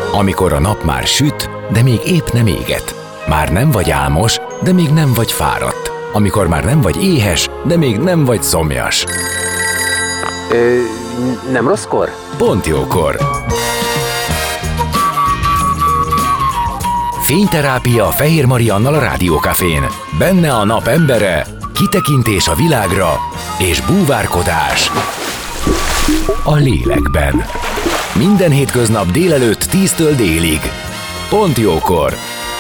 Amikor a nap már süt, de még épp nem éget. Már nem vagy álmos, de még nem vagy fáradt. Amikor már nem vagy éhes, de még nem vagy szomjas. Nem rosszkor? Pont jókor. Fényterápia Fehér Mariannal a Rádiókafén. Benne a nap embere, kitekintés a világra és búvárkodás a lélekben. Minden hétköznap délelőtt 10-től délig. Pont jókor.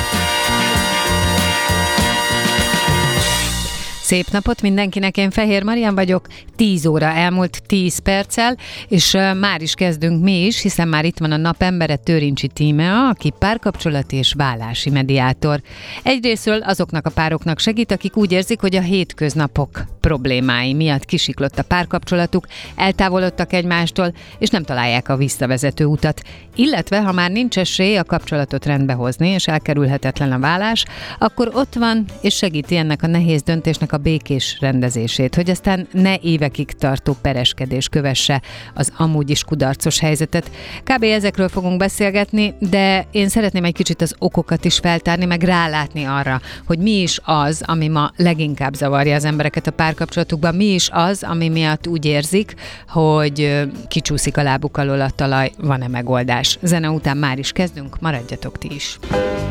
Szép napot mindenkinek, én Fehér Marian vagyok, 10 óra elmúlt 10 perccel, és már is kezdünk mi is, hiszen már itt van a napembere Törincsi Tímea, aki párkapcsolati és vállási mediátor. Egyrészről azoknak a pároknak segít, akik úgy érzik, hogy a hétköznapok problémái miatt kisiklott a párkapcsolatuk, eltávolodtak egymástól, és nem találják a visszavezető utat. Illetve, ha már nincs esély a kapcsolatot rendbe hozni, és elkerülhetetlen a válás, akkor ott van, és segíti ennek a nehéz döntésnek a békés rendezését, hogy aztán ne évekig tartó pereskedés kövesse az amúgy is kudarcos helyzetet. Kb. Ezekről fogunk beszélgetni, de én szeretném egy kicsit az okokat is feltárni, meg rálátni arra, hogy mi is az, ami ma leginkább zavarja az embereket a párkapcsolatukban, mi is az, ami miatt úgy érzik, hogy kicsúszik a lábuk alól a talaj, van-e megoldás. Zene után már is kezdünk, maradjatok ti is.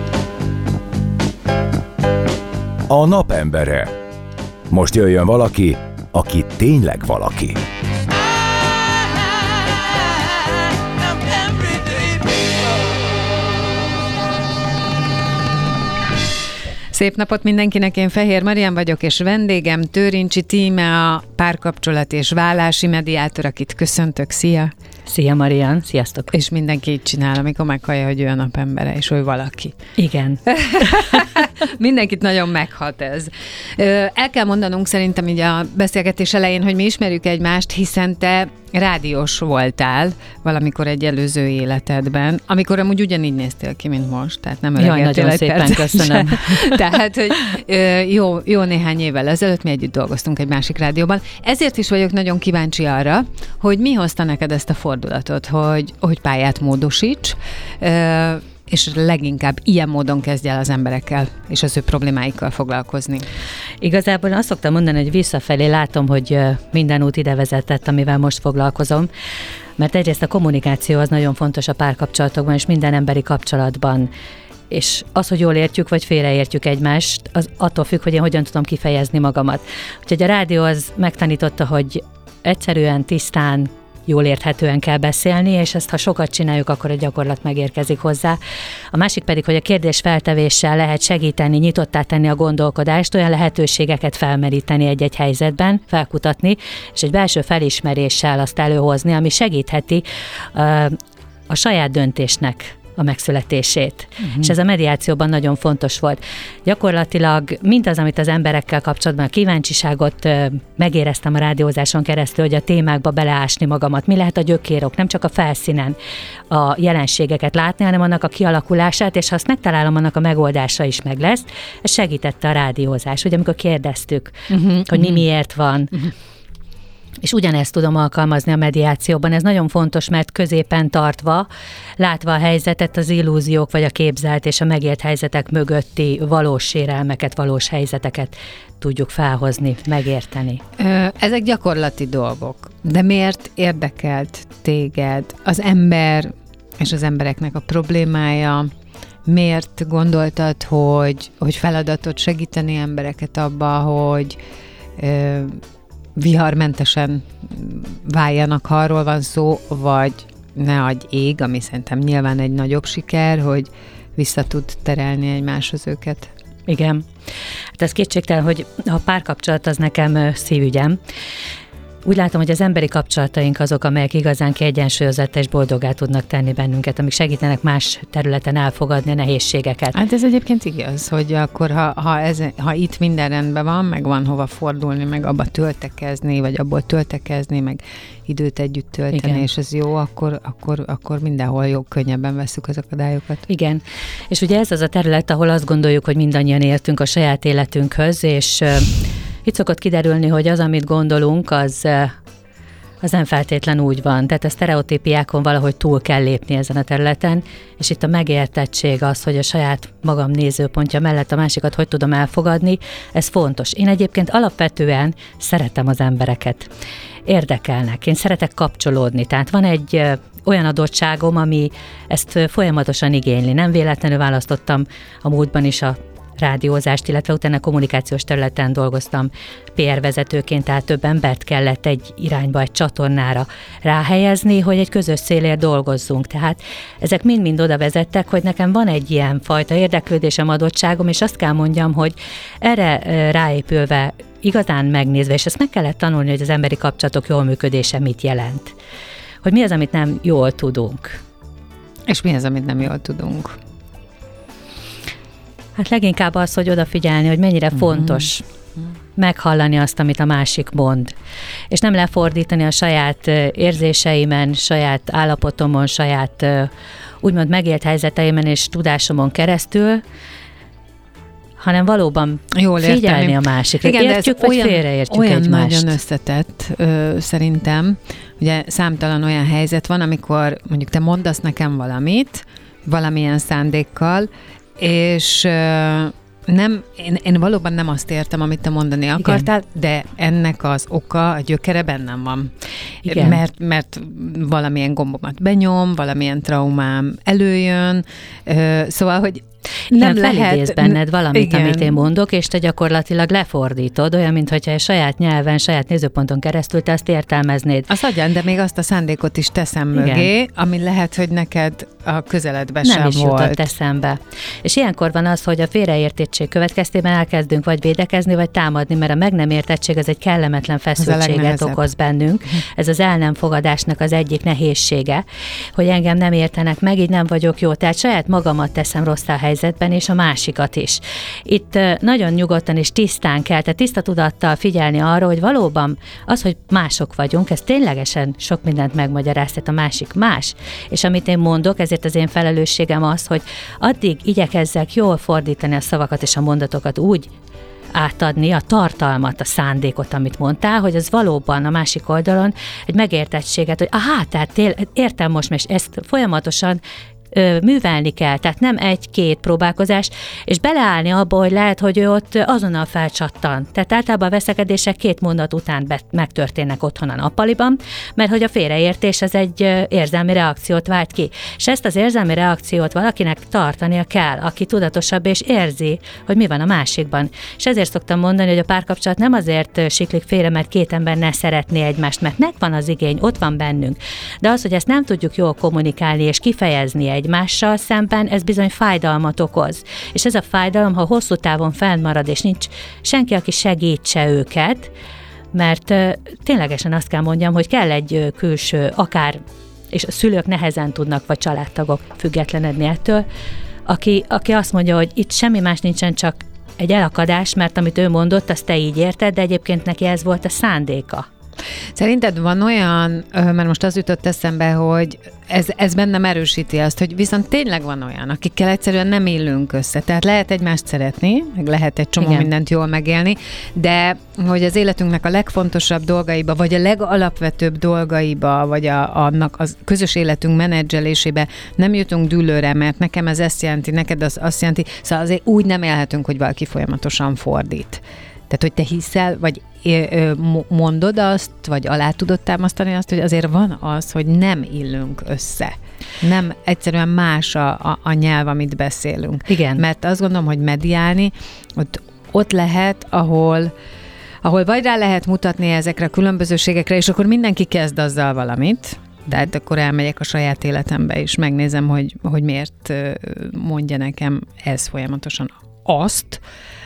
A napembere. Most jöjjön valaki, aki tényleg valaki. Szép napot mindenkinek, én Fehér Marian vagyok, és vendégem Törincsi Tímea, párkapcsolat és vállási mediátor, akit köszöntök. Szia! Szia Marian, sziasztok! És mindenki így csinál, amikor meghallja, hogy ő a napembere, és ő valaki. Igen. Mindenkit nagyon meghat ez. El kell mondanunk szerintem így a beszélgetés elején, hogy mi ismerjük egymást, hiszen te rádiós voltál valamikor egy előző életedben, amikor amúgy ugyanígy néztél ki, mint most, tehát nem öregedtél nagyon egy szépen percet köszönöm. se. Tehát, hogy jó néhány évvel ezelőtt mi együtt dolgoztunk egy másik rádióban. Ezért is vagyok nagyon kíváncsi arra, hogy mi hozta neked ezt a fordulatot, hogy pályát módosíts, és leginkább ilyen módon kezdj el az emberekkel és az ő problémáikkal foglalkozni. Igazából azt szoktam mondani, hogy visszafelé látom, hogy minden út ide vezetett, amivel most foglalkozom, mert egyrészt a kommunikáció az nagyon fontos a párkapcsolatokban és minden emberi kapcsolatban. És az, hogy jól értjük, vagy félreértjük egymást, az attól függ, hogy én hogyan tudom kifejezni magamat. Úgyhogy a rádió az megtanította, hogy egyszerűen, tisztán, jól érthetően kell beszélni, és ezt ha sokat csináljuk, akkor a gyakorlat megérkezik hozzá. A másik pedig, hogy a kérdés feltevéssel lehet segíteni, nyitottá tenni a gondolkodást, olyan lehetőségeket felmeríteni egy-egy helyzetben, felkutatni, és egy belső felismeréssel azt előhozni, ami segítheti a saját döntésnek a megszületését. És ez a mediációban nagyon fontos volt. Gyakorlatilag mindaz, amit az emberekkel kapcsolatban a kíváncsiságot megéreztem a rádiózáson keresztül, hogy a témákba beleásni magamat. Mi lehet a gyökérok, nem csak a felszínen a jelenségeket látni, hanem annak a kialakulását, és ha azt megtalálom, annak a megoldása is meg lesz. Ez segítette a rádiózás, hogy amikor kérdeztük, hogy mi miért van, és ugyanezt tudom alkalmazni a mediációban. Ez nagyon fontos, mert középen tartva, látva a helyzetet, az illúziók vagy a képzelt és a megélt helyzetek mögötti valós sérelmeket, valós helyzeteket tudjuk felhozni, megérteni. Ezek gyakorlati dolgok, de miért érdekelt téged az ember és az embereknek a problémája? Miért gondoltad, hogy feladatot segíteni embereket abba, hogy viharmentesen váljanak, ha arról van szó, vagy ne adj ég, ami szerintem nyilván egy nagyobb siker, hogy vissza tud terelni egymáshoz őket. Igen. Hát ez kétségtelen, hogy a párkapcsolat az nekem szívügyem. Úgy látom, hogy az emberi kapcsolataink azok, amelyek igazán kiegyensúlyozott és boldoggá tudnak tenni bennünket, amik segítenek más területen elfogadni a nehézségeket. Hát ez egyébként igaz, hogy akkor ha itt minden rendben van, meg van hova fordulni, meg abba töltekezni, vagy abból töltekezni, meg időt együtt tölteni, igen, és ez jó, akkor mindenhol jó, könnyebben vesszük az akadályokat. Igen, és ugye ez az a terület, ahol azt gondoljuk, hogy mindannyian éltünk a saját életünkhöz, és itt szokott kiderülni, hogy az, amit gondolunk, az nem feltétlen úgy van. Tehát a sztereotípiákon valahogy túl kell lépni ezen a területen, és itt a megértettség az, hogy a saját magam nézőpontja mellett a másikat hogy tudom elfogadni, ez fontos. Én egyébként alapvetően szeretem az embereket. Érdekelnek, én szeretek kapcsolódni, tehát van egy olyan adottságom, ami ezt folyamatosan igényli. Nem véletlenül választottam a múltban is a rádiózást, illetve utána kommunikációs területen dolgoztam PR vezetőként, tehát több embert kellett egy irányba, egy csatornára ráhelyezni, hogy egy közös célért dolgozzunk. Tehát ezek mind-mind oda vezettek, hogy nekem van egy ilyen fajta érdeklődésem, adottságom, és azt kell mondjam, hogy erre ráépülve, igazán megnézve, és ezt meg kellett tanulni, hogy az emberi kapcsolatok jól működése mit jelent. Hogy mi az, amit nem jól tudunk. És mi az, amit nem jól tudunk? Hát leginkább az, hogy odafigyelni, hogy mennyire fontos meghallani azt, amit a másik mond. És nem lefordítani a saját érzéseimen, saját állapotomon, saját úgymond megélt helyzeteimen és tudásomon keresztül, hanem valóban jól figyelni a másikra. Igen, értjük, vagy félreértjük olyan egymást. Nagyon összetett szerintem. Ugye számtalan olyan helyzet van, amikor mondjuk te mondasz nekem valamit, valamilyen szándékkal, és én valóban nem azt értem, amit te mondani akartál, igen. De ennek az oka, a gyökere bennem van. Igen. Mert valamilyen gombomat benyom, valamilyen traumám előjön, szóval, hogy nem lehet benned valamit, igen. Amit én mondok, és te gyakorlatilag lefordítod, olyan, mintha a saját nyelven, saját nézőponton keresztül te azt értelmeznéd. Az adján, de még azt a szándékot is teszem igen. mögé, ami lehet, hogy neked a közeledben nem sem is volt. Jutott eszembe. És ilyenkor van az, hogy a félreértettség következtében elkezdünk vagy védekezni, vagy támadni, mert a meg nem értettség az egy kellemetlen feszültséget okoz bennünk. Ez az el nem fogadásnak az egyik nehézsége, hogy engem nem értenek meg, így nem vagyok jó. Tehát saját magamat teszem rosszá helyzetben, és a másikat is. Itt nagyon nyugodtan és tisztán kell, tehát tiszta tudattal figyelni arra, hogy valóban az, hogy mások vagyunk, ez ténylegesen sok mindent megmagyaráz, tehát a másik más. És amit én mondok, ezért az én felelősségem az, hogy addig igyekezzek jól fordítani a szavakat és a mondatokat úgy átadni a tartalmat, a szándékot, amit mondtál, hogy az valóban a másik oldalon egy megértettséget, hogy tehát értem most, és ezt folyamatosan művelni kell, tehát nem egy-két próbálkozás, és beleállni abba, hogy lehet, hogy ő ott azonnal felcsattan. Tehát általában a veszekedések 2 mondat után megtörténnek otthon a nappaliban, mert hogy a félreértés az egy érzelmi reakciót vált ki. És ezt az érzelmi reakciót valakinek tartania kell, aki tudatosabb és érzi, hogy mi van a másikban. És ezért szoktam mondani, hogy a párkapcsolat nem azért siklik félre, mert 2 ember ne szeretné egymást, mert megvan az igény, ott van bennünk. De az, hogy ezt nem tudjuk jól kommunikálni és kifejezni egymással szemben, ez bizony fájdalmat okoz. És ez a fájdalom, ha hosszú távon fennmarad, és nincs senki, aki segítse őket, mert ténylegesen azt kell mondjam, hogy kell egy külső, akár, és a szülők nehezen tudnak, vagy családtagok függetlenedni ettől, aki azt mondja, hogy itt semmi más nincsen, csak egy elakadás, mert amit ő mondott, azt te így érted, de egyébként neki ez volt a szándéka. Szerinted van olyan, mert most az jutott eszembe, hogy ez bennem erősíti azt, hogy viszont tényleg van olyan, akikkel egyszerűen nem illünk össze. Tehát lehet egymást szeretni, meg lehet egy csomó mindent jól megélni, de hogy az életünknek a legfontosabb dolgaiba, vagy a legalapvetőbb dolgaiba, vagy annak a közös életünk menedzselésébe nem jutunk dűlőre, mert nekem ez ezt jelenti, neked az azt jelenti, szóval azért úgy nem élhetünk, hogy valaki folyamatosan fordít. Tehát, hogy te hiszel, vagy mondod azt, vagy alá tudod támasztani azt, hogy azért van az, hogy nem illünk össze. Nem, egyszerűen más a nyelv, amit beszélünk. Igen. Mert azt gondolom, hogy mediálni, ott lehet, ahol vagy rá lehet mutatni ezekre a különbözőségekre, és akkor mindenki kezd azzal valamit, tehát akkor elmegyek a saját életembe, és megnézem, hogy miért mondja nekem ez folyamatosan azt,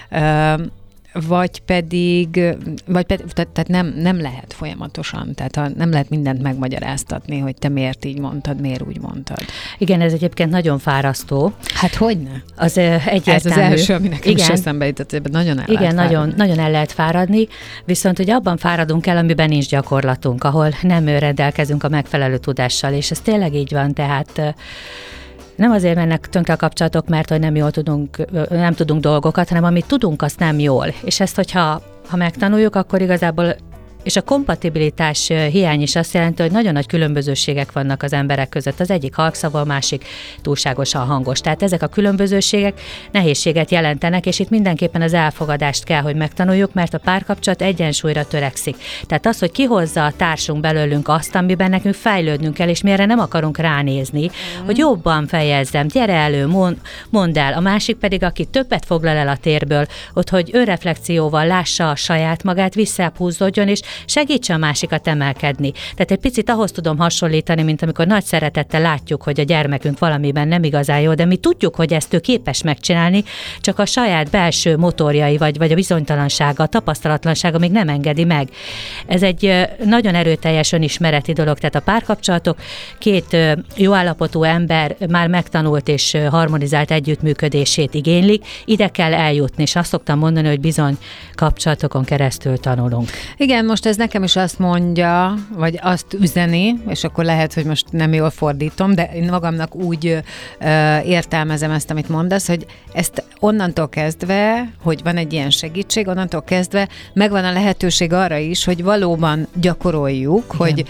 vagy pedig tehát nem lehet folyamatosan, tehát nem lehet mindent megmagyaráztatni, hogy te miért így mondtad, miért úgy mondtad. Igen, ez egyébként nagyon fárasztó. Hát hogyne? Az egyértelmű. Ez az első, ami nekem is eszembe jutott, hogy nagyon el lehet fáradni. nagyon el lehet fáradni, viszont ugye abban fáradunk el, amiben nincs gyakorlatunk, ahol nem rendelkezünk a megfelelő tudással, és ez tényleg így van, tehát nem azért mennek tönkre a kapcsolatok, mert hogy nem tudunk dolgokat, hanem amit tudunk, azt nem jól. És ezt, hogyha megtanuljuk, akkor igazából És a kompatibilitás hiány is azt jelenti, hogy nagyon nagy különbözőségek vannak az emberek között. Az egyik halkszavú, a másik túlságosan hangos. Tehát ezek a különbözőségek nehézséget jelentenek, és itt mindenképpen az elfogadást kell, hogy megtanuljuk, mert a párkapcsolat egyensúlyra törekszik. Tehát az, hogy kihozza a társunk belőlünk azt, amiben nekünk fejlődnünk kell, és mi erre nem akarunk ránézni, hogy jobban fejezzem, gyere elő, mondd el. A másik pedig, aki többet foglal el a térből, ott, hogy önreflexióval lássa a saját magát, visszahúzódjon, és segítse a másikat emelkedni. Tehát egy picit ahhoz tudom hasonlítani, mint amikor nagy szeretettel látjuk, hogy a gyermekünk valamiben nem igazán jó, de mi tudjuk, hogy ezt ő képes megcsinálni, csak a saját belső motorjai, vagy a bizonytalansága, a tapasztalatlansága még nem engedi meg. Ez egy nagyon erőteljes önismereti dolog, tehát a párkapcsolatok két jó állapotú ember már megtanult és harmonizált együttműködését igénylik, ide kell eljutni, és azt szoktam mondani, hogy bizony kapcsolatokon keresztül tanulunk. Igen, most ez nekem is azt mondja, vagy azt üzeni, és akkor lehet, hogy most nem jól fordítom, de én magamnak úgy értelmezem ezt, amit mondasz, hogy ezt onnantól kezdve, hogy van egy ilyen segítség, onnantól kezdve megvan a lehetőség arra is, hogy valóban gyakoroljuk, igen, hogy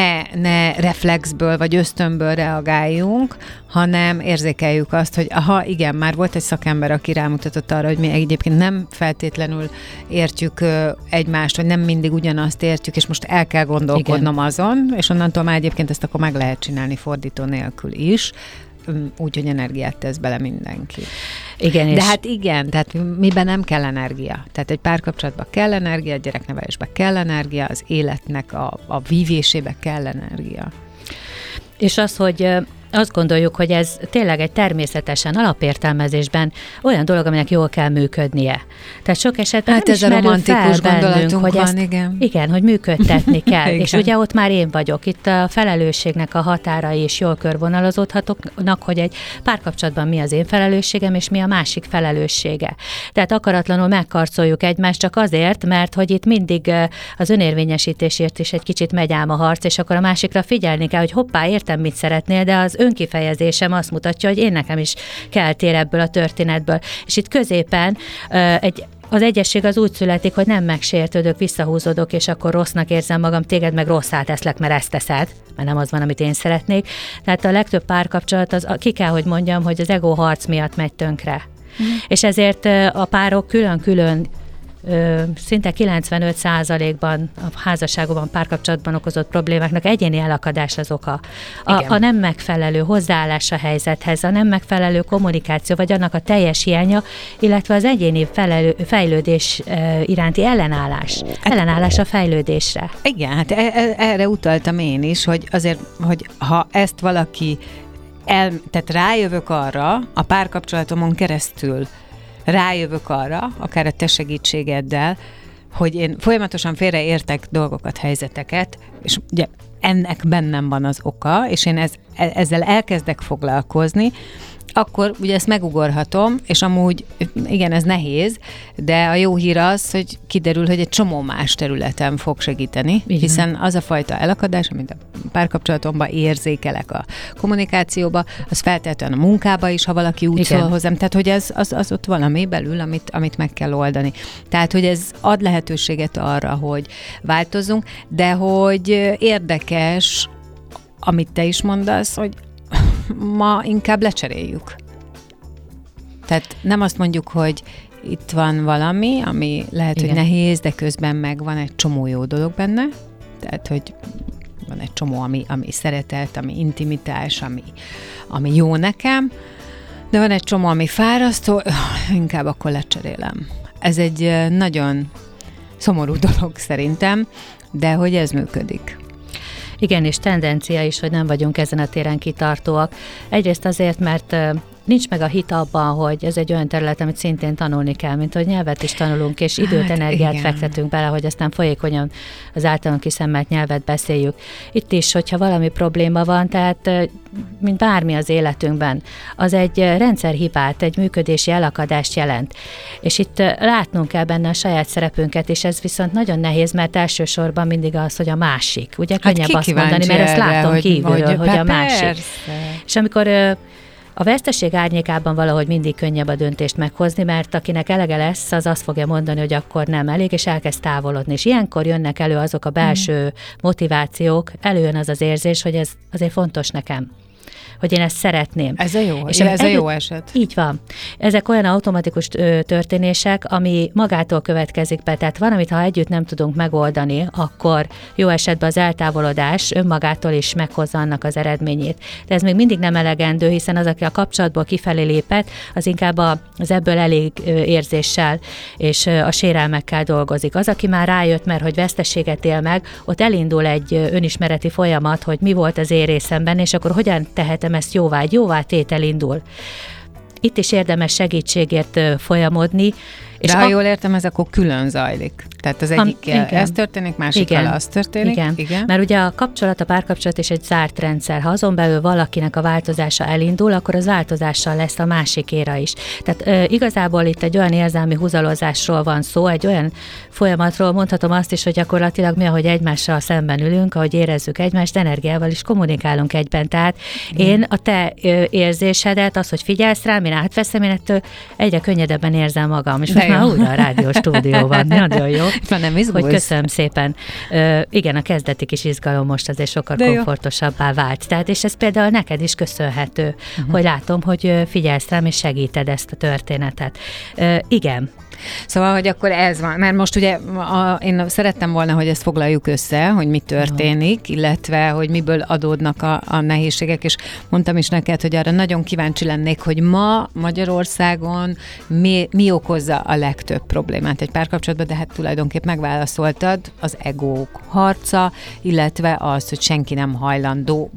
ne reflexből vagy ösztönből reagáljunk, hanem érzékeljük azt, hogy aha, igen, már volt egy szakember, aki rámutatott arra, hogy mi egyébként nem feltétlenül értjük egymást, vagy nem mindig ugyanazt értjük, és most el kell gondolkodnom, igen, azon, és onnantól már egyébként ezt akkor meg lehet csinálni fordító nélkül is, úgy, hogy energiát tesz bele mindenki. Igen, de hát igen, tehát miben nem kell energia. Tehát egy párkapcsolatban kell energia, a gyereknevelésben kell energia, az életnek a vívésébe kell energia. És az, hogy azt gondoljuk, hogy ez tényleg egy természetesen alapértelmezésben olyan dolog, aminek jól kell működnie. Tehát sok esetben hát nem ez a romantikus gondolatunk hogy van, ezt, igen, hogy működtetni kell. És ugye ott már én vagyok. Itt a felelősségnek a határai is jól körvonalazódhatnak, hogy egy párkapcsolatban mi az én felelősségem, és mi a másik felelőssége. Tehát akaratlanul megkarcoljuk egymást csak azért, mert hogy itt mindig az önérvényesítésért is egy kicsit megy ám a harc, és akkor a másikra figyelni kell, hogy hoppá, értem, mit szeretnél, de az önkifejezésem azt mutatja, hogy én nekem is kell tér ebből a történetből. És itt középen az egyesség az úgy születik, hogy nem megsértődök, visszahúzódok, és akkor rossznak érzem magam, téged meg rosszá teszlek, mert ezt teszed, mert nem az van, amit én szeretnék. Tehát a legtöbb párkapcsolat, ki kell, hogy mondjam, hogy az ego harc miatt megy tönkre. És ezért a párok külön-külön szinte 95%-ban a házasságban, párkapcsolatban okozott problémáknak egyéni elakadás az oka. A nem megfelelő hozzáállás a helyzethez, a nem megfelelő kommunikáció, vagy annak a teljes hiánya, illetve az egyéni fejlődés iránti ellenállás a fejlődésre. Igen, hát erre utaltam én is, hogy azért, hogy ha ezt valaki tehát rájövök arra, a párkapcsolatomon keresztül rájövök arra, akár a te segítségeddel, hogy én folyamatosan félreértek dolgokat, helyzeteket, és ugye ennek bennem van az oka, és én ezzel elkezdek foglalkozni, akkor ugye ezt megugorhatom, és amúgy igen, ez nehéz, de a jó hír az, hogy kiderül, hogy egy csomó más területen fog segíteni, igen, hiszen az a fajta elakadás, amit a párkapcsolatomban érzékelek a kommunikációba, az feltétlenül a munkába is, ha valaki úgy szól hozzám, tehát hogy az ott valami belül, amit meg kell oldani. Tehát, hogy ez ad lehetőséget arra, hogy változzunk, de hogy érdekes, amit te is mondasz, hogy ma inkább lecseréljük. Tehát nem azt mondjuk, hogy itt van valami, ami lehet, igen, hogy nehéz, de közben meg van egy csomó jó dolog benne. Tehát, hogy van egy csomó, ami szeretet, ami intimitás, ami jó nekem, de van egy csomó, ami fárasztó, inkább akkor lecserélem. Ez egy nagyon szomorú dolog szerintem, de hogy ez működik. Igen, és tendencia is, hogy nem vagyunk ezen a téren kitartóak. Egyrészt azért, mert nincs meg a hit abban, hogy ez egy olyan terület, amit szintén tanulni kell, mint hogy nyelvet is tanulunk, és időt, energiát fektetünk bele, hogy aztán folyékonyan az általunk kiszemmelt nyelvet beszéljük. Itt is, hogyha valami probléma van, tehát mint bármi az életünkben, az egy rendszerhibát, egy működési elakadást jelent. És itt látnunk kell benne a saját szerepünket, és ez viszont nagyon nehéz, mert elsősorban mindig az, hogy a másik. Ugye könnyebb azt mondani, mert ezt látom kívülről, hogy a másik. És amikor A veszteség árnyékában valahogy mindig könnyebb a döntést meghozni, mert akinek elege lesz, az azt fogja mondani, hogy akkor nem elég, és elkezd távolodni. És ilyenkor jönnek elő azok a belső motivációk, előjön az az érzés, hogy ez azért fontos nekem, hogy én ezt szeretném. Ez a jó, és ez a jó eset. Így van. Ezek olyan automatikus történések, ami magától következik be. Tehát van, amit ha együtt nem tudunk megoldani, akkor jó esetben az eltávolodás önmagától is meghozza annak az eredményét. De ez még mindig nem elegendő, hiszen az, aki a kapcsolatból kifelé lépett, az inkább az ebből elég érzéssel és a sérelmekkel dolgozik. Az, aki már rájött, mert hogy veszteséget él meg, ott elindul egy önismereti folyamat, hogy mi volt az én részemben, és akkor hogyan tehetem ezt jóvá, egy jóvátétel indul. Itt is érdemes segítségért folyamodni. De ha jól értem, ez akkor külön zajlik. Tehát az egyikkel ez történik, másikkal az történik. Igen. Mert ugye a párkapcsolat is egy zárt rendszer. Ha azon belül valakinek a változása elindul, akkor az változással lesz a másikéra is. Tehát igazából itt egy olyan érzelmi húzalozásról van szó, egy olyan folyamatról, mondhatom azt is, hogy gyakorlatilag mi, ahogy egymással szemben ülünk, ahogy érezzük egymást, energiával is kommunikálunk egyben. Tehát én a te érzésedet, az, hogy figyelsz rám, én átveszem, én ettől egyre könnyedebben érzem magam. És már újra a rádió stúdióban. Nagyon jó. Nem izgulsz. Hogy köszönöm szépen. Igen, a kezdeti kis izgalom most azért sokkal komfortosabbá vált. Tehát, és ez például neked is köszönhető, hogy látom, hogy figyelsz rám, és segíted ezt a történetet. Igen. Szóval, hogy akkor ez van. Mert most ugye én szerettem volna, hogy ezt foglaljuk össze, hogy mi történik, illetve, hogy miből adódnak a nehézségek, és mondtam is neked, hogy arra nagyon kíváncsi lennék, hogy ma Magyarországon mi okozza a legtöbb problémát egy párkapcsolatban, de hát tulajdonképp megválaszoltad, az egók harca, illetve az, hogy senki nem hajlandó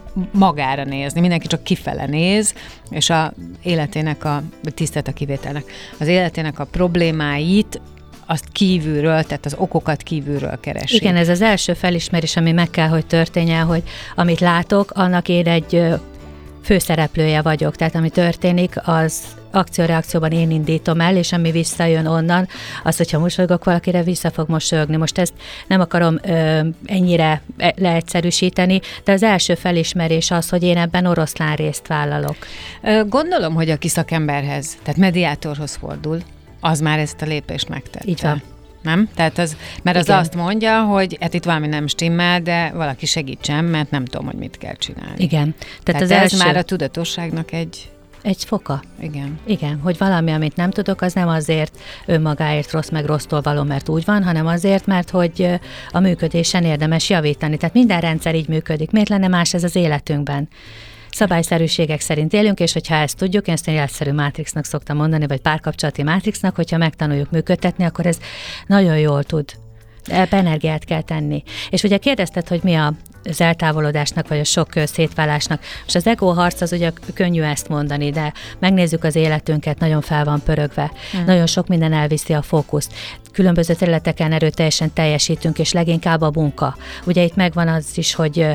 magára nézni, mindenki csak kifele néz, és a életének tisztelt a kivételnek, az életének a problémáit azt kívülről, tehát az okokat kívülről keresi. Igen, ez az első felismerés, ami meg kell, hogy történjen, hogy amit látok, annak én egy főszereplője vagyok, tehát ami történik, az akció-reakcióban én indítom el, és ami visszajön onnan, az, hogyha mosolygok valakire, vissza fog mosolyogni. Most ezt nem akarom ennyire leegyszerűsíteni, de az első felismerés az, hogy én ebben oroszlán részt vállalok. Gondolom, hogy aki szakemberhez, tehát mediátorhoz fordul, az már ezt a lépést megtette. Így van. Nem? Tehát mert az azt mondja, hogy hát itt valami nem stimmel, de valaki segítsen, mert nem tudom, hogy mit kell csinálni. Igen. Tehát az ez már a tudatosságnak egy foka. Igen. Igen, hogy valami, amit nem tudok, az nem azért önmagáért rossz meg rossztól való, mert úgy van, hanem azért, mert hogy a működésen érdemes javítani. Tehát minden rendszer így működik. Miért lenne más ez az életünkben? Szabályszerűségek szerint élünk, és hogyha ezt tudjuk, én ezt egy életszerű mátrixnak szoktam mondani, vagy párkapcsolati mátrixnak, hogyha megtanuljuk működtetni, akkor ez nagyon jól tud. Ebbe energiát kell tenni. És ugye kérdezted, hogy mi az eltávolodásnak, vagy a sok szétválásnak. Most az ego harc, az ugye könnyű ezt mondani, de megnézzük az életünket, nagyon fel van pörögve. Nagyon sok minden elviszi a fókuszt. Különböző területeken erőteljesen teljesítünk, és leginkább a munka. Ugye itt megvan az is, hogy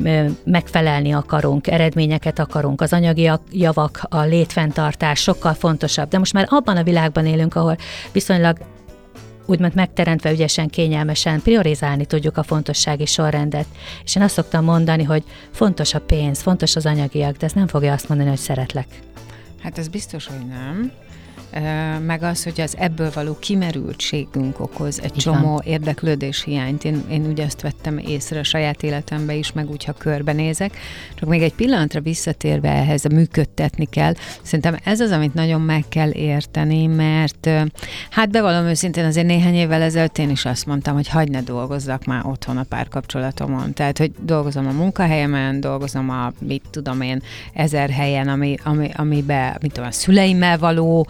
megfelelni akarunk, eredményeket akarunk, az anyagi javak, a létfenntartás sokkal fontosabb. De most már abban a világban élünk, ahol viszonylag úgymond megteremtve ügyesen, kényelmesen priorizálni tudjuk a fontossági sorrendet. És én azt szoktam mondani, hogy fontos a pénz, fontos az anyagiak, de ez nem fogja azt mondani, hogy szeretlek. Hát ez biztos, hogy nem. Meg az, hogy az ebből való kimerültségünk okoz egy csomó érdeklődés hiányt. Én ugye ezt vettem észre a saját életemben is, meg úgy, ha körbenézek. Csak még egy pillanatra visszatérve ehhez, működtetni kell. Szerintem ez az, amit nagyon meg kell érteni, mert hát bevallom őszintén, azért néhány évvel ezelőtt én is azt mondtam, hogy hagyd ne dolgozzak már otthon a párkapcsolatomon. Tehát, hogy dolgozom a munkahelyemen, dolgozom a, mit tudom én, 1000 helyen, amiben, mit tudom, a szüleimmel való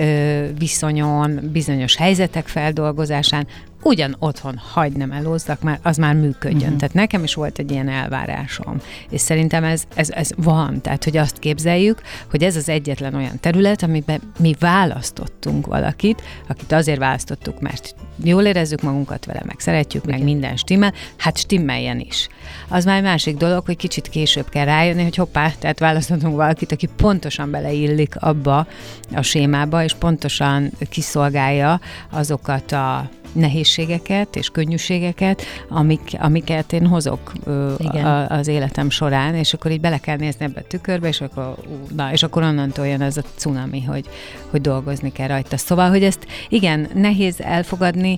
viszonyon, bizonyos helyzetek feldolgozásán, ugyan otthon hagyd nem elózzak, már az már működjön. Tehát nekem is volt egy ilyen elvárásom. És szerintem ez van. Tehát, hogy azt képzeljük, hogy ez az egyetlen olyan terület, amiben mi választottunk valakit, akit azért választottuk, mert jól érezzük magunkat vele, meg szeretjük, meg minden stimmel, hát stimmeljen is. Az már másik dolog, hogy kicsit később kell rájönni, hogy hoppá, tehát választottunk valakit, aki pontosan beleillik abba a sémába, és pontosan kiszolgálja azokat a nehézségeket és könnyűségeket, amiket én hozok az életem során, és akkor így bele kell nézni ebbe a tükörbe, és akkor onnantól jön ez a cunami, hogy dolgozni kell rajta. Szóval, hogy ezt igen, nehéz elfogadni,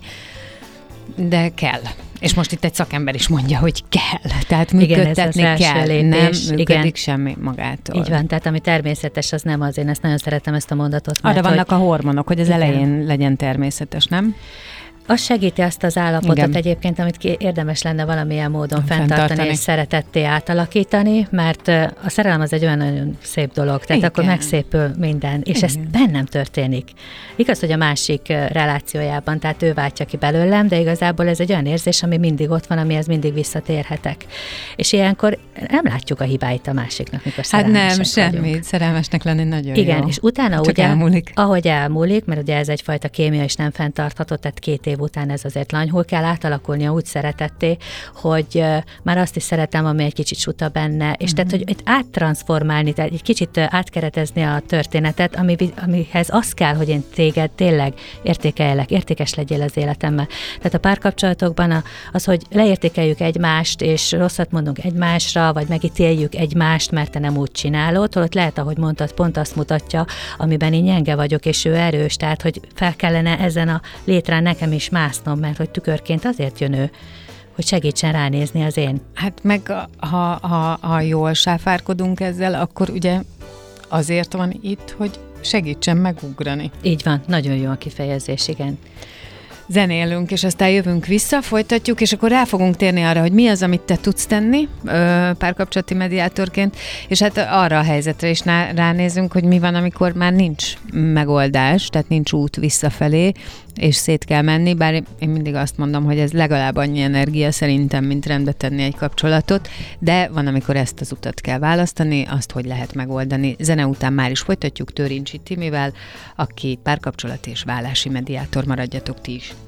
de kell. És most itt egy szakember is mondja, hogy kell. Tehát működtetni kell, nem működik semmi magától. Így van, tehát ami természetes, az nem az. Én ezt nagyon szeretem, ezt a mondatot. Arra vannak a hormonok, hogy az elején legyen természetes, nem? Az segíti azt az állapotot igen. Egyébként, amit érdemes lenne valamilyen módon fenntartani és szeretetté átalakítani, mert a szerelem az egy olyan nagyon szép dolog, tehát igen. akkor megszépül minden, és igen. ez bennem történik. Igaz, hogy a másik relációjában, tehát ő váltja ki belőlem, de igazából ez egy olyan érzés, ami mindig ott van, amihez mindig visszatérhetek. És ilyenkor nem látjuk a hibáit a másiknak, mikor szerelmesek nem, semmit. Szerelmesnek lenni nagyon igen, jó. És utána csak ugye, elmúlik. ahogy elmúlik, mert ugye ez egyfajta kémia és nem fenntartható, tehát 2 év után ez azért lanyhul kell átalakulnia úgy szeretetté, hogy már azt is szeretem, ami egy kicsit suta benne, és tehát, hogy áttranszformálni, tehát egy kicsit átkeretezni a történetet, amihez az kell, hogy én téged tényleg értékeljelek, értékes legyél az életemben. Tehát a párkapcsolatokban az, hogy leértékeljük egymást, és rosszat mondunk egymásra, vagy megítéljük egymást, mert te nem úgy csinálod, holott lehet, ahogy mondtad, pont azt mutatja, amiben én gyenge vagyok, és ő erős, tehát, hogy fel kellene ezen a létrán nekem is másznom, mert hogy tükörként azért jön ő, hogy segítsen ránézni az én. Hát meg ha jól sáfárkodunk ezzel, akkor ugye azért van itt, hogy segítsen megugrani. Így van, nagyon jó a kifejezés, igen. Zenélünk, és aztán jövünk vissza, folytatjuk, és akkor rá fogunk térni arra, hogy mi az, amit te tudsz tenni párkapcsolati mediátorként, és hát arra a helyzetre is ránézünk, hogy mi van, amikor már nincs megoldás, tehát nincs út visszafelé, és szét kell menni, bár én mindig azt mondom, hogy ez legalább annyi energia szerintem, mint rendbe tenni egy kapcsolatot, de van, amikor ezt az utat kell választani, azt hogy lehet megoldani. Zene után már is folytatjuk Törincsi Timivel, aki párkapcsolati és vállási mediátor, maradjatok ti is.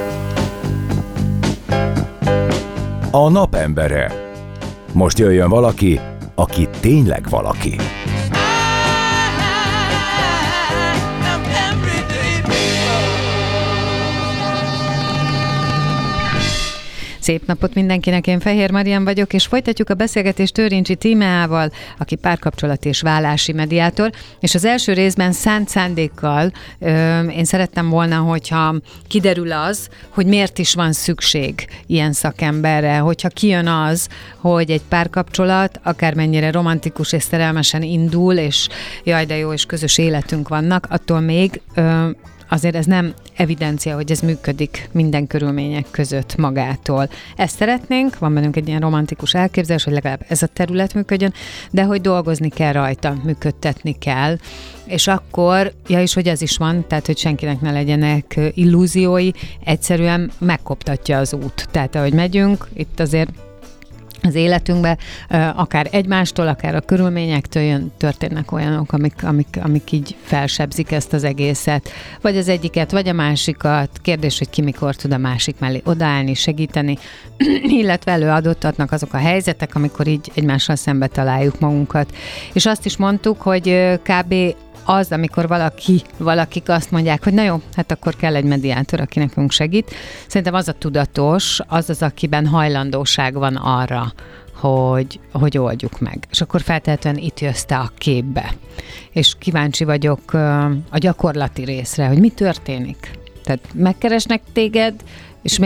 A napembere. Most jöjjön valaki, aki tényleg valaki. Szép napot mindenkinek, én Fehér Marian vagyok, és folytatjuk a beszélgetést Törincsi Tímeával, aki párkapcsolati és vállási mediátor, és az első részben szánt szándékkal én szerettem volna, hogyha kiderül az, hogy miért is van szükség ilyen szakemberre, hogyha kijön az, hogy egy párkapcsolat akármennyire romantikus és szerelmesen indul, és jaj, de jó, és közös életünk vannak, attól még azért ez nem evidencia, hogy ez működik minden körülmények között magától. Ezt szeretnénk, van bennünk egy ilyen romantikus elképzelés, hogy legalább ez a terület működjön, de hogy dolgozni kell rajta, működtetni kell, és akkor, és hogy az is van, tehát hogy senkinek ne legyenek illúziói, egyszerűen megkoptatja az út. Tehát ahogy megyünk, itt azért az életünkben, akár egymástól, akár a körülményektől történnek olyanok, amik így felsebzik ezt az egészet. Vagy az egyiket, vagy a másikat. Kérdés, hogy ki mikor tud a másik mellé odaállni, segíteni, illetve előadottatnak azok a helyzetek, amikor így egymással szembe találjuk magunkat. És azt is mondtuk, hogy kb. Az, amikor valakik azt mondják, hogy na jó, hát akkor kell egy mediátor, aki nekünk segít. Szerintem az a tudatos, az, akiben hajlandóság van arra, hogy oldjuk meg. És akkor feltétlenül itt jössz te a képbe. És kíváncsi vagyok a gyakorlati részre, hogy mi történik. Tehát megkeresnek téged, és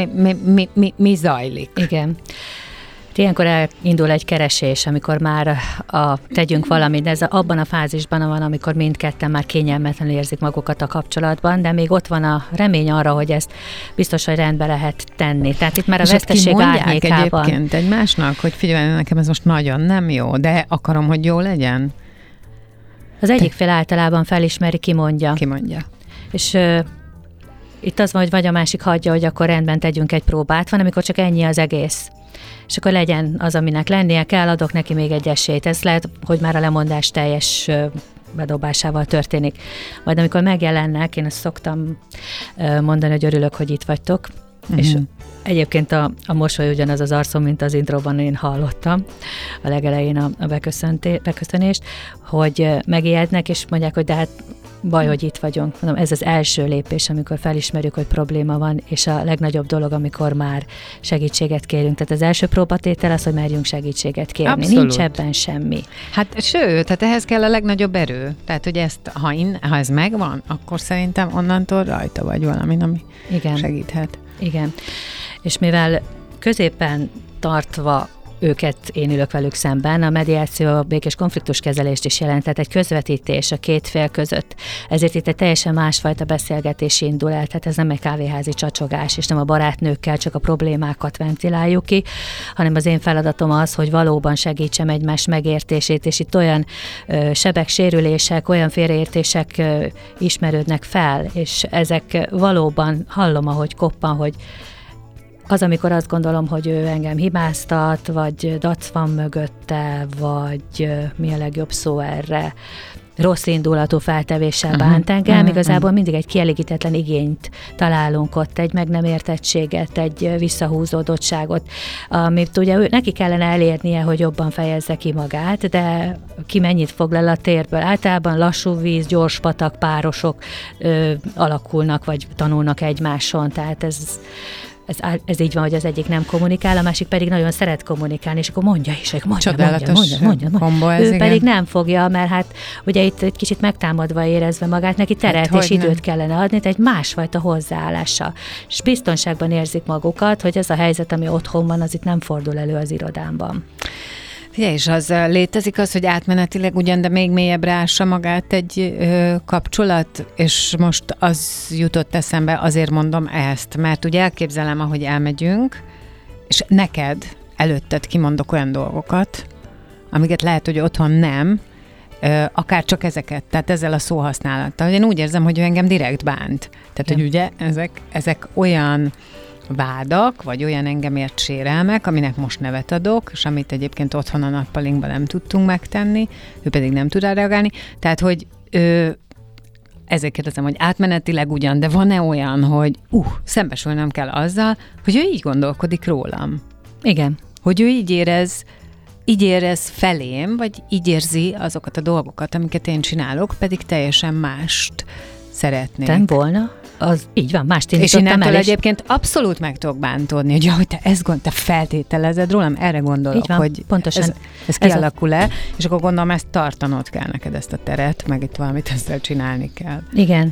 mi zajlik. Igen. Ilyenkor elindul egy keresés, amikor már tegyünk valamit, de ez abban a fázisban van, amikor mindketten már kényelmetlenül érzik magukat a kapcsolatban, de még ott van a remény arra, hogy ezt biztos, hogy rendbe lehet tenni. Tehát itt már a veszteség árnyékában. Egyébként egymásnak, hogy figyelj, nekem ez most nagyon nem jó, de akarom, hogy jó legyen? Az egyik fél általában felismeri, kimondja. És itt az van, hogy vagy a másik hagyja, hogy akkor rendben tegyünk egy próbát, van, amikor csak ennyi az egész. És akkor legyen az, aminek lennie kell, adok neki még egy esélyt. Ez lehet, hogy már a lemondás teljes bedobásával történik. Majd amikor megjelennek, én azt szoktam mondani, hogy örülök, hogy itt vagytok, és egyébként a mosoly ugyanaz az arcom, mint az introban én hallottam a legelején a beköszönést, hogy megijednek, és mondják, hogy de hát Baj, hogy itt vagyunk. Mondom, ez az első lépés, amikor felismerjük, hogy probléma van, és a legnagyobb dolog, amikor már segítséget kérünk. Tehát az első próbatétel az, hogy merjünk segítséget kérni. Abszolút. Nincs ebben semmi. Hát sőt, tehát ehhez kell a legnagyobb erő. Tehát, hogy ezt, ha ez megvan, akkor szerintem onnantól rajta vagy valami, ami segíthet. Igen. És mivel középen tartva őket, én ülök velük szemben, a mediáció a békés konfliktuskezelést is jelent, tehát egy közvetítés a két fél között. Ezért itt egy teljesen másfajta beszélgetés indul el, tehát ez nem egy kávéházi csacsogás, és nem a barátnőkkel csak a problémákat ventiláljuk ki, hanem az én feladatom az, hogy valóban segítsem egymás megértését, és itt olyan sebek, sérülések, olyan félreértések ismerődnek fel, és ezek valóban hallom, ahogy koppan, hogy az, amikor azt gondolom, hogy ő engem hibáztat, vagy dac van mögötte, vagy mi a legjobb szó erre, rossz indulatú feltevéssel bánt engem, igazából mindig egy kielégítetlen igényt találunk ott, egy meg nem értettséget, egy visszahúzódottságot, amit ugye neki kellene elérnie, hogy jobban fejezze ki magát, de ki mennyit foglal a térből. Általában lassú víz, gyors patak, párosok alakulnak, vagy tanulnak egymáson, tehát ez így van, hogy az egyik nem kommunikál, a másik pedig nagyon szeret kommunikálni, és akkor mondja is, hogy mondja. Kombo ez, ő igen. pedig nem fogja, mert hát ugye itt egy kicsit megtámadva érezve magát, neki teret és időt kellene adni, tehát egy másfajta hozzáállása. És biztonságban érzik magukat, hogy ez a helyzet, ami otthon van, az itt nem fordul elő az irodámban. Ja, és az létezik az, hogy átmenetileg ugyan, de még mélyebbre ássa magát egy kapcsolat, és most az jutott eszembe, azért mondom ezt, mert ugye elképzelem, ahogy elmegyünk, és neked előtted kimondok olyan dolgokat, amiket lehet, hogy otthon nem, akár csak ezeket, tehát ezzel a szóhasználattal. Én úgy érzem, hogy ő engem direkt bánt. Tehát, hogy ugye ezek olyan vádak, vagy olyan engem ért sérelmek, aminek most nevet adok, és amit egyébként otthon a nappalinkban nem tudtunk megtenni, ő pedig nem tud rá reagálni. Tehát, hogy ezért kérdezem, hogy átmenetileg ugyan, de van-e olyan, hogy szembesülnöm kell azzal, hogy ő így gondolkodik rólam? Igen. Hogy ő így érez felém, vagy így érzi azokat a dolgokat, amiket én csinálok, pedig teljesen mást szeretnék. Nem volna? Az így van, mást és innentől egyébként abszolút meg tudok bántódni, hogy ahogy te feltételezed rólam, erre gondolok, van, hogy pontosan. ez kialakul-e, és akkor gondolom, ezt tartanod kell neked, ezt a teret, meg itt valamit ezzel csinálni kell. Igen,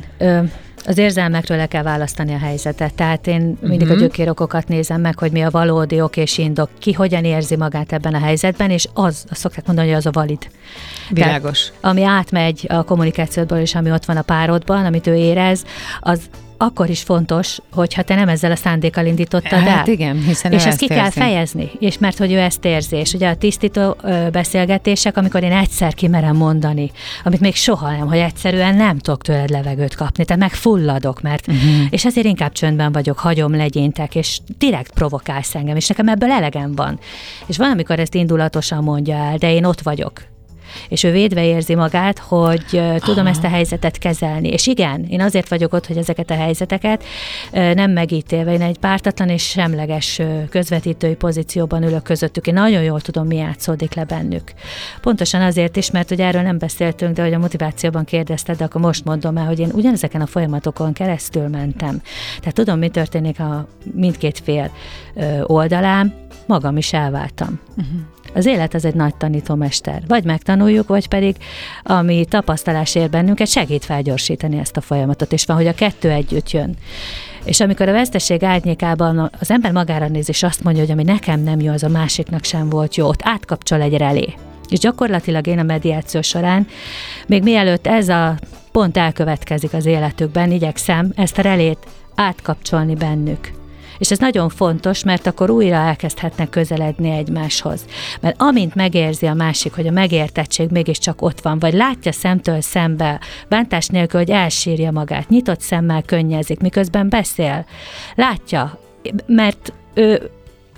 az érzelmekről le kell választani a helyzetet, tehát én mindig a gyökérokokat nézem meg, hogy mi a valódi ok és indok, ki hogyan érzi magát ebben a helyzetben, és azt szokták mondani, hogy az a valid. Világos. Tehát, ami átmegy a kommunikációból, és ami ott van a párodban, amit ő érez, az akkor is fontos, hogyha te nem ezzel a szándékkal indítottad el. Hát igen, hiszen és ezt ki kell fejezni, és mert hogy ő ezt érzi. És ugye a tisztító beszélgetések, amikor én egyszer kimerem mondani, amit még soha nem, hogy egyszerűen nem tudok tőled levegőt kapni, tehát megfulladok, mert és ezért inkább csöndben vagyok, hagyom, legyintek, és direkt provokálsz engem, és nekem ebből elegem van. És van, amikor ezt indulatosan mondja el, de én ott vagyok. És ő védve érzi magát, hogy tudom ezt a helyzetet kezelni. És igen, én azért vagyok ott, hogy ezeket a helyzeteket nem megítélve, én egy pártatlan és semleges közvetítői pozícióban ülök közöttük. Én nagyon jól tudom, mi játszódik le bennük. Pontosan azért is, mert hogy erről nem beszéltünk, de hogy a motivációban kérdezted, de akkor most mondom el, hogy én ugyanezeken a folyamatokon keresztül mentem. Tehát tudom, mi történik a mindkét fél oldalán, magam is elváltam. Az élet az egy nagy tanítómester. Vagy megtanuljuk, vagy pedig, ami tapasztalás ér bennünket, segít felgyorsítani ezt a folyamatot, és van, hogy a kettő együtt jön. És amikor a veszteség árnyékában az ember magára néz, és azt mondja, hogy ami nekem nem jó, az a másiknak sem volt jó, ott átkapcsol egy relé. És gyakorlatilag én a mediáció során, még mielőtt ez a pont elkövetkezik az életükben, igyekszem ezt a relét átkapcsolni bennük. És ez nagyon fontos, mert akkor újra elkezdhetnek közeledni egymáshoz. Mert amint megérzi a másik, hogy a megértettség mégiscsak ott van, vagy látja szemtől szembe, bántás nélkül, hogy elsírja magát, nyitott szemmel könnyezik, miközben beszél, látja, mert ő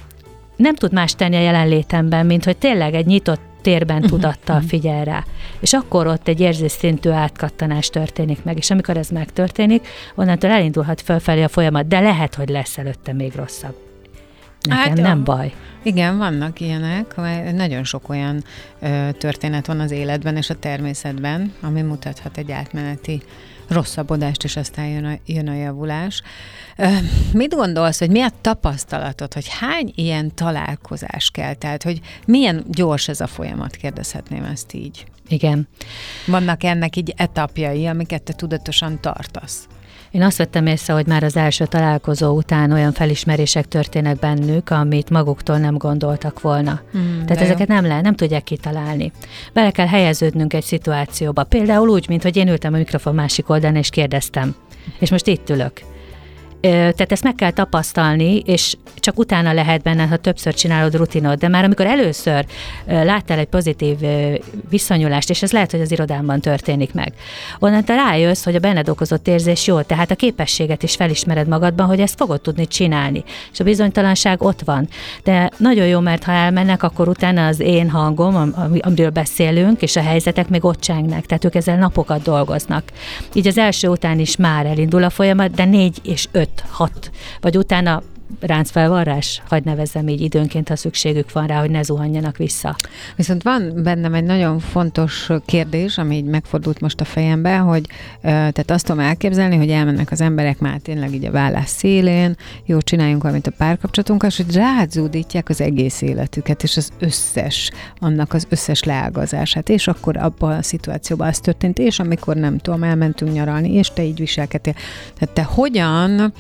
nem tud más tenni a jelenlétemben, mint hogy tényleg egy nyitott térben tudattal figyel rá. És akkor ott egy érzésszintű átkattanás történik meg, és amikor ez megtörténik, onnantól elindulhat fölfelé a folyamat, de lehet, hogy lesz előtte még rosszabb. nekem nem baj. Igen, vannak ilyenek, nagyon sok olyan történet van az életben és a természetben, ami mutathat egy átmeneti rosszabbodást, és aztán jön a javulás. Mit gondolsz, hogy mi a tapasztalatod, hogy hány ilyen találkozás kell? Tehát, hogy milyen gyors ez a folyamat, kérdezhetném ezt így. Igen. Vannak ennek így etapjai, amiket te tudatosan tartasz? Én azt vettem észre, hogy már az első találkozó után olyan felismerések történnek bennük, amit maguktól nem gondoltak volna. Tehát ezeket nem tudják kitalálni. Bele kell helyeződnünk egy szituációba. Például úgy, mint hogy én ültem a mikrofon másik oldalán, és kérdeztem. És most itt ülök. Tehát ezt meg kell tapasztalni, és csak utána lehet benne, ha többször csinálod rutinod, de már amikor először láttál egy pozitív viszonyulást, és ez lehet, hogy az irodámban történik meg. Onnantól rájössz, hogy a benned okozott érzés jó, tehát a képességet is felismered magadban, hogy ezt fogod tudni csinálni. És a bizonytalanság ott van. De nagyon jó, mert ha elmennek, akkor utána az én hangom, amiről beszélünk, és a helyzetek még ott csengnek, tehát ők ezzel napokat dolgoznak. Így az első után is már elindul a folyamat, de 4 és 5-6, vagy utána ráncfelvarrás, hadd nevezzem így időnként, ha szükségük van rá, hogy ne zuhanjanak vissza. Viszont van bennem egy nagyon fontos kérdés, ami így megfordult most a fejembe, hogy tehát azt tudom elképzelni, hogy elmennek az emberek már tényleg így a vállás szélén, jó, csináljunk valamit a párkapcsolatunkkal, és hogy rázúdítják az egész életüket, és annak az összes leágazását, és akkor abban a szituációban az történt, és amikor nem tudom, elmentünk nyaralni, és te így viselkedtél. Tehát te hogyan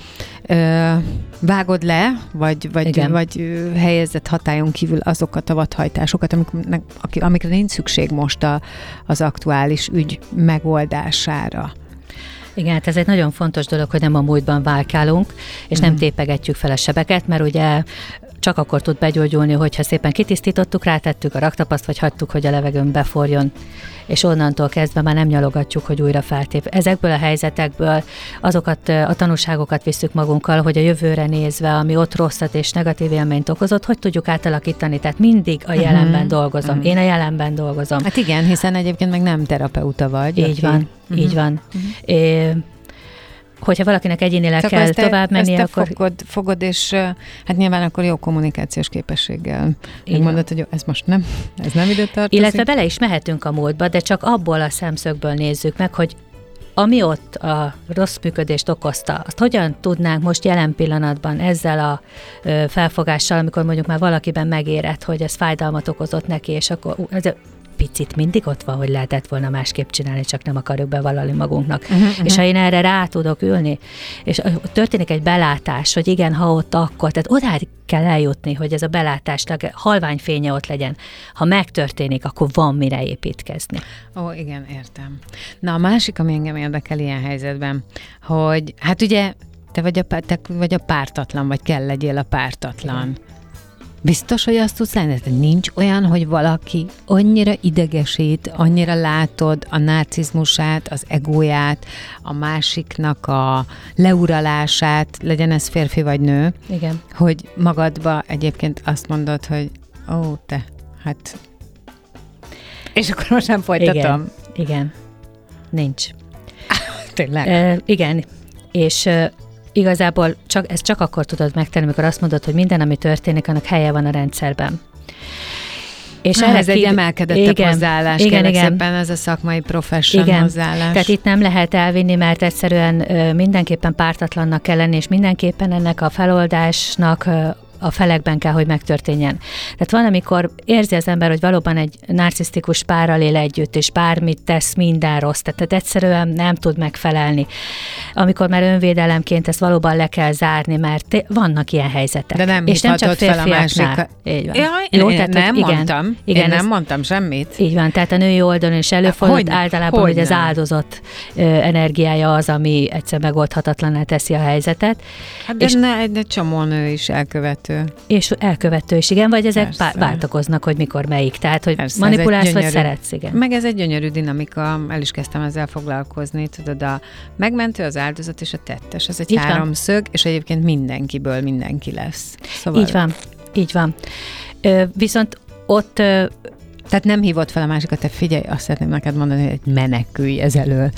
vágod le, vagy helyezett hatályon kívül azokat a vadhajtásokat, amikre nincs szükség most az aktuális ügy megoldására. Igen, hát ez egy nagyon fontos dolog, hogy nem a múltban válkálunk, és nem tépegetjük fel a sebeket, mert ugye csak akkor tud begyógyulni, hogyha szépen kitisztítottuk, rátettük a raktapaszt, vagy hagytuk, hogy a levegőn beforjon, és onnantól kezdve már nem nyalogatjuk, hogy újra feltép. Ezekből a helyzetekből azokat a tanulságokat visszük magunkkal, hogy a jövőre nézve, ami ott rosszat és negatív élményt okozott, hogy tudjuk átalakítani. Tehát mindig a jelenben dolgozom. Én a jelenben dolgozom. Hát igen, hiszen egyébként meg nem terapeuta vagy. Így van, így van. Hogyha valakinek egyénileg kell tovább menni, akkor... fogod, és hát nyilván akkor jó kommunikációs képességgel. Megmondod, hogy jó, ez most nem ide tartozik. Illetve bele is mehetünk a múltba, de csak abból a szemszögből nézzük meg, hogy ami ott a rossz működést okozta, azt hogyan tudnánk most jelen pillanatban ezzel a felfogással, amikor mondjuk már valakiben megérett, hogy ez fájdalmat okozott neki, és akkor picit mindig ott van, hogy lehetett volna másképp csinálni, csak nem akarjuk bevallani magunknak. És ha én erre rá tudok ülni, és történik egy belátás, hogy igen, ha ott akkor, tehát odáig kell eljutni, hogy ez a belátás halvány fénye ott legyen. Ha megtörténik, akkor van mire építkezni. Ó, igen, értem. Na, a másik, ami engem érdekel ilyen helyzetben, hogy hát ugye te vagy a pártatlan, vagy kell legyél a pártatlan. Igen. Biztos, hogy azt tudsz lenni, hogy nincs olyan, hogy valaki annyira idegesít, annyira látod a narcizmusát, az egóját, a másiknak a leuralását, legyen ez férfi vagy nő, igen, hogy magadba egyébként azt mondod, hogy hát... És akkor most nem folytatom. Igen. Nincs. Tényleg? Igen, és... Igazából ezt csak akkor tudod megtenni, amikor azt mondod, hogy minden, ami történik, annak helye van a rendszerben. És ez egy emelkedettebb hozzáállás, igen. Szépen ez a szakmai professional hozzáállás. Tehát itt nem lehet elvinni, mert egyszerűen mindenképpen pártatlannak kell lenni, és mindenképpen ennek a feloldásnak a felekben kell, hogy megtörténjen. Tehát van, amikor érzi az ember, hogy valóban egy narcisztikus párral él együtt, és bármit tesz, minden rossz, tehát egyszerűen nem tud megfelelni. Amikor már önvédelemként ezt valóban le kell zárni, mert vannak ilyen helyzetek. De nem és nem csak fel a másik. Így van. Én nem mondtam semmit. Így van, tehát a női oldalon is előfordult általában, hogy az áldozat energiája az, ami egyszer megoldhatatlanná teszi a helyzetet. Hát de egy csomó nő is elkövető. És elkövető is, igen, vagy ezek váltakoznak, hogy mikor melyik. Tehát, hogy persze, manipulálsz, vagy szeretsz, igen. Meg ez egy gyönyörű dinamika, el is kezdtem ezzel foglalkozni, tudod, a megmentő, az áldozat és a tettes. Ez egy háromszög, és egyébként mindenkiből mindenki lesz. Szóval... Így van. Viszont ott Tehát nem hívott fel a másikat, te figyelj, azt szeretném neked mondani, hogy menekülj ez elől.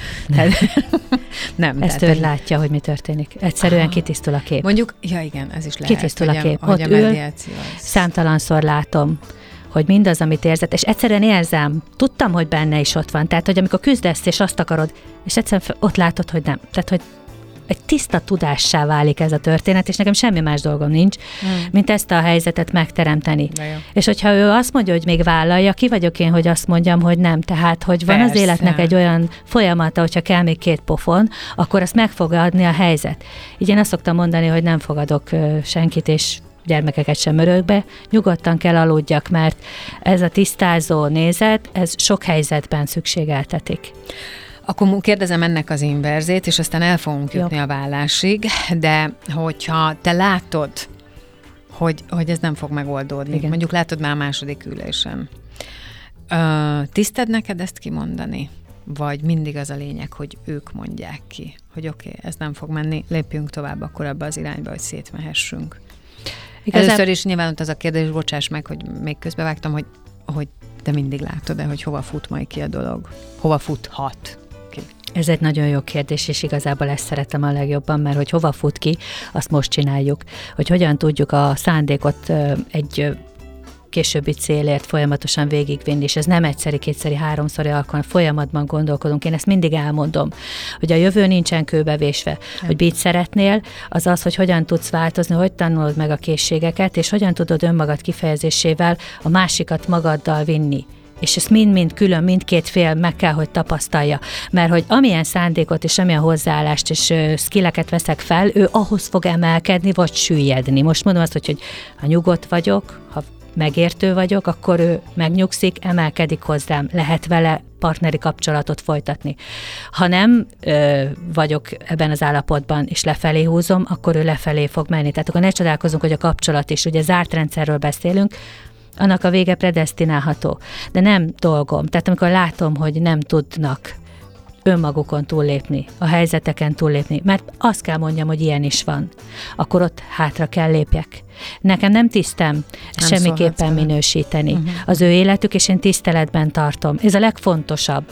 Nem. Ezt ő látja, hogy mi történik. Egyszerűen kitisztul a kép. Mondjuk, ja igen, ez is lehet. Kitisztul a kép. Hogy Ott a ül, az... számtalanszor látom, hogy mindaz, amit érzett, és egyszerűen érzem, tudtam, hogy benne is ott van. Tehát, hogy amikor küzdesz, és azt akarod, és egyszerűen ott látod, hogy nem. Tehát, hogy egy tiszta tudássá válik ez a történet, és nekem semmi más dolgom nincs, mint ezt a helyzetet megteremteni. És hogyha ő azt mondja, hogy még vállalja, ki vagyok én, hogy azt mondjam, hogy nem. Tehát, hogy van az életnek egy olyan folyamata, hogyha kell még 2 pofon, akkor azt meg fog adni a helyzet. Így én azt szoktam mondani, hogy nem fogadok senkit, és gyermekeket sem örökbe, nyugodtan kell aludjak, mert ez a tisztázó nézet, ez sok helyzetben szükségeltetik. Akkor kérdezem ennek az inverzét, és aztán el fogunk jutni a vállásig, de hogyha te látod, hogy ez nem fog megoldódni, igen. Mondjuk látod már a második ülésen, tiszted neked ezt kimondani? Vagy mindig az a lényeg, hogy ők mondják ki, hogy oké, ez nem fog menni, lépjünk tovább akkor abba az irányba, hogy szétmehessünk. Először is nyilván ott az a kérdés, bocsáss meg, hogy még közbevágtam, hogy te mindig látod-e, hogy hova fut majd ki a dolog? Hova futhat ki? Ez egy nagyon jó kérdés, és igazából ezt szeretem a legjobban, mert hogy hova fut ki, azt most csináljuk. Hogy hogyan tudjuk a szándékot egy későbbi célért folyamatosan végigvinni, és ez nem egyszeri, kétszeri, 3-szori alkalom, folyamatban gondolkodunk. Én ezt mindig elmondom, hogy a jövő nincsen kőbevésve, hogy mit szeretnél, az az, hogy hogyan tudsz változni, hogy tanulod meg a készségeket, és hogyan tudod önmagad kifejezésével a másikat magaddal vinni. És ezt mind-mind külön, mindkét fél meg kell, hogy tapasztalja. Mert hogy amilyen szándékot és amilyen hozzáállást és skilleket veszek fel, ő ahhoz fog emelkedni, vagy süllyedni. Most mondom azt, hogy ha nyugodt vagyok, ha megértő vagyok, akkor ő megnyugszik, emelkedik hozzám, lehet vele partneri kapcsolatot folytatni. Ha nem vagyok ebben az állapotban, és lefelé húzom, akkor ő lefelé fog menni. Tehát akkor ne csodálkozunk, hogy a kapcsolat is, ugye zárt rendszerről beszélünk, annak a vége predesztinálható. De nem dolgom. Tehát amikor látom, hogy nem tudnak önmagukon túllépni, a helyzeteken túllépni, mert azt kell mondjam, hogy ilyen is van, akkor ott hátra kell lépjek. Nekem nem tisztem semmiképpen minősíteni az ő életük, és én tiszteletben tartom. Ez a legfontosabb.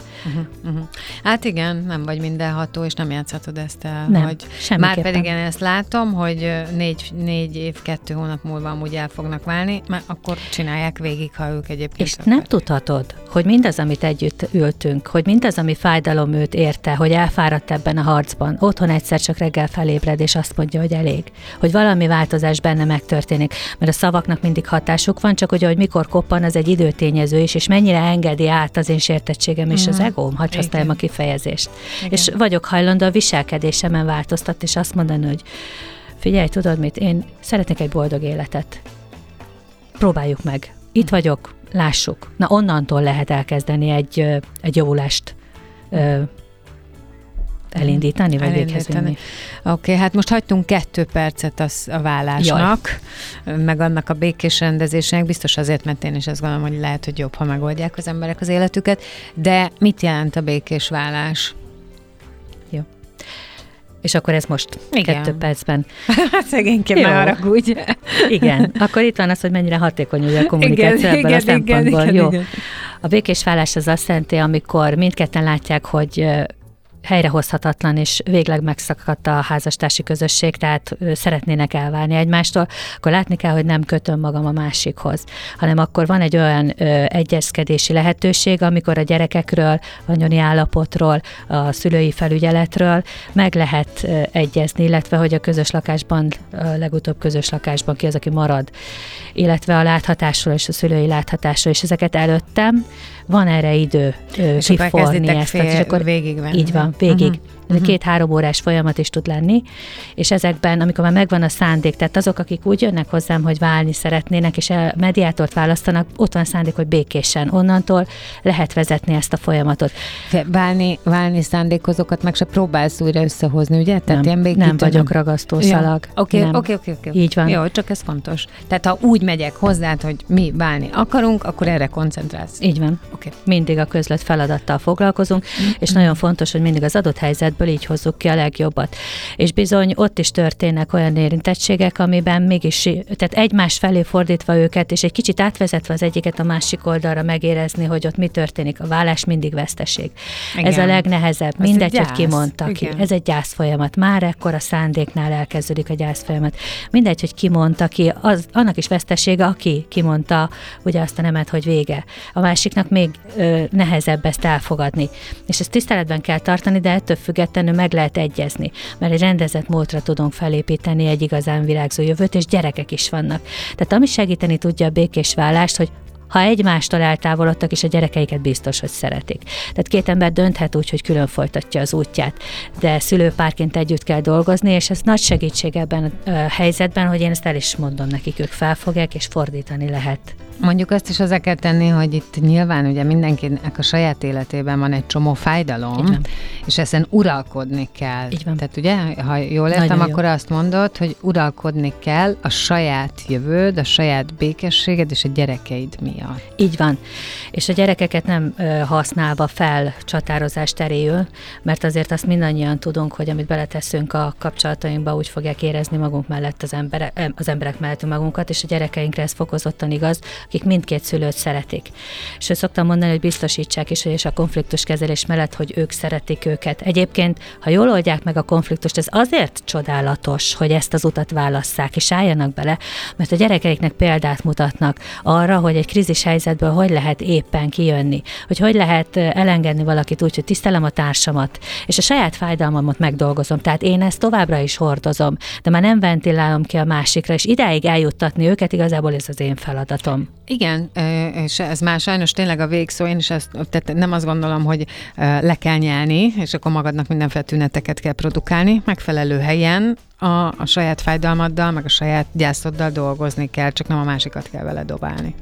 Hát igen, nem vagy mindenható, és nem játszhatod ezt el. Nem, hogy már pedig én ezt látom, hogy 4 év, 2 hónap múlva amúgy el fognak válni, mert akkor csinálják végig, ha ők egyébként. És nem tudhatod, hogy mindaz, amit együtt ültünk, hogy mindaz, ami fájdalom őt érte, hogy elfáradt ebben a harcban, otthon egyszer csak reggel felébred, és azt mondja, hogy elég. Hogy valami változás benne megtörténik. Mert a szavaknak mindig hatásuk van, csak hogy mikor koppan, az egy időtényező is, és mennyire engedi át az én sértettségem és az egóm, hadd használjam a kifejezést. Igen. És vagyok hajlandó a viselkedésemen változtatni, és azt mondani, hogy figyelj, tudod mit, én szeretnék egy boldog életet. Próbáljuk meg. Itt vagyok, lássuk. Na onnantól lehet elkezdeni egy javulást elindítani, vagy véghez vinni. Oké, hát most hagytunk 2 percet a vállásnak, meg annak a békés rendezésnek, biztos azért, mert én is azt gondolom, hogy lehet, hogy jobb, ha megoldják az emberek az életüket, de mit jelent a békés vállás? Jó. És akkor ez most 2 percben. Szegényként ne haragudj. Igen. Akkor itt van az, hogy mennyire hatékony ugye a kommunikáció ebből a szempontból. Jó. A békés vállás az azt jelenti, amikor mindketten látják, hogy helyrehozhatatlan, és végleg megszakadt a házastársi közösség, tehát szeretnének elválni egymástól, akkor látni kell, hogy nem kötöm magam a másikhoz, hanem akkor van egy olyan egyezkedési lehetőség, amikor a gyerekekről, anyoni állapotról, a szülői felügyeletről meg lehet egyezni, illetve hogy a közös lakásban, a legutóbb közös lakásban ki az, aki marad, illetve a láthatásról és a szülői láthatásról, és ezeket előttem van erre idő kiforni ezt. És akkor végigvenni. Így van, végig. 2-3 órás folyamat is tud lenni, és ezekben, amikor már megvan a szándék, tehát azok, akik úgy jönnek hozzám, hogy válni szeretnének, és a mediátort választanak, ott van szándék, hogy békésen. Onnantól lehet vezetni ezt a folyamatot. Válni szándékozókat meg se próbálsz újra összehozni, ugye? Tehát nem vagyok ragasztószalag. Oké. Így van. Jó, csak ez fontos. Tehát ha úgy megyek hozzád, hogy mi válni akarunk, akkor erre koncentrálsz. Így van. Okay. Mindig a közlött feladattal foglalkozunk, és nagyon fontos, hogy mindig az adott helyzetből így hozzuk ki a legjobbat. És bizony ott is történnek olyan érintettségek, amiben mégis, tehát egymás felé fordítva őket, és egy kicsit átvezetve az egyiket a másik oldalra megérezni, hogy ott mi történik. A vállás mindig veszteség. Igen. Ez a legnehezebb. Mindegy, hogy ki mondta ki. Ez egy gyászfolyamat. Már ekkor a szándéknál elkezdődik a gyászfolyamat. Mindegy, hogy ki mondta ki, annak is vesztesége, aki kimondta ugye azt a nemet, hogy vége. A másiknak még nehezebb ezt elfogadni. És ezt tiszteletben kell tartani, de ettől függetlenül meg lehet egyezni, mert egy rendezett módra tudunk felépíteni egy igazán virágzó jövőt, és gyerekek is vannak. Tehát ami segíteni tudja a békés válást, hogy ha egymástól eltávolodtak, és a gyerekeiket biztos, hogy szeretik. Tehát két ember dönthet úgy, hogy külön folytatja az útját, de szülőpárként együtt kell dolgozni, és ez nagy segítség ebben a helyzetben, hogy én ezt el is mondom nekik, ők felfogják, és fordítani lehet. Mondjuk azt is hozzá kell tenni, hogy itt nyilván ugye mindenkinek a saját életében van egy csomó fájdalom, és ezen uralkodni kell. Így van. Tehát ugye, ha jól értem, nagyon akkor jó. Azt mondod, hogy uralkodni kell a saját jövőd, a saját békességed és a gyerekeid miatt. Így van. És a gyerekeket nem használva fel csatározás teréül, mert azért azt mindannyian tudunk, hogy amit beleteszünk a kapcsolatainkba, úgy fogják érezni magunk mellett az emberek mellett magunkat, és a gyerekeinkre ez fokozottan igaz, akik mindkét szülőt szeretik. És ő szoktam mondani, hogy biztosítsák is, és a konfliktuskezelés mellett, hogy ők szeretik őket. Egyébként, ha jól oldják meg a konfliktust, ez azért csodálatos, hogy ezt az utat válasszák, és álljanak bele, mert a gyerekeiknek példát mutatnak arra, hogy egy krízis helyzetből hogy lehet éppen kijönni, hogy lehet elengedni valakit úgy, hogy tisztelem a társamat, és a saját fájdalmamat megdolgozom. Tehát én ezt továbbra is hordozom, de már nem ventilálom ki a másikra, és idáig eljuttatni őket, igazából ez az én feladatom. Igen, és ez már sajnos tényleg a végszó, én is tehát nem azt gondolom, hogy le kell nyelni, és akkor magadnak mindenféle tüneteket kell produkálni, megfelelő helyen a saját fájdalmaddal, meg a saját gyászoddal dolgozni kell, csak nem a másikat kell vele dobálni.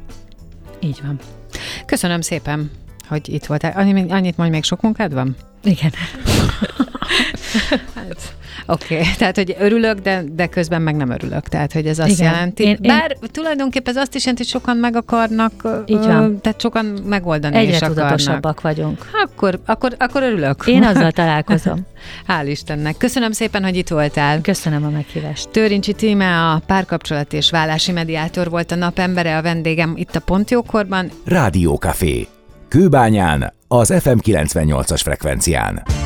Így van. Köszönöm szépen, hogy itt voltál. Annyit mondj, még sok munkád van? Igen. Oké, tehát, hogy örülök, de közben meg nem örülök. Tehát, hogy ez azt jelenti. Bár tulajdonképpen ez azt is jelenti, hogy sokan meg akarnak, tehát sokan megoldani egyre is akarnak. Egyre tudatosabbak vagyunk. Akkor örülök. Én azzal találkozom. Hál' Istennek. Köszönöm szépen, hogy itt voltál. Köszönöm a meghívást. Törényi Tíme, a párkapcsolat és vállási mediátor volt a napembere, a vendégem itt a Pont Jókorban. Rádió Café. Kőbányán, az FM 98-as frekvencián.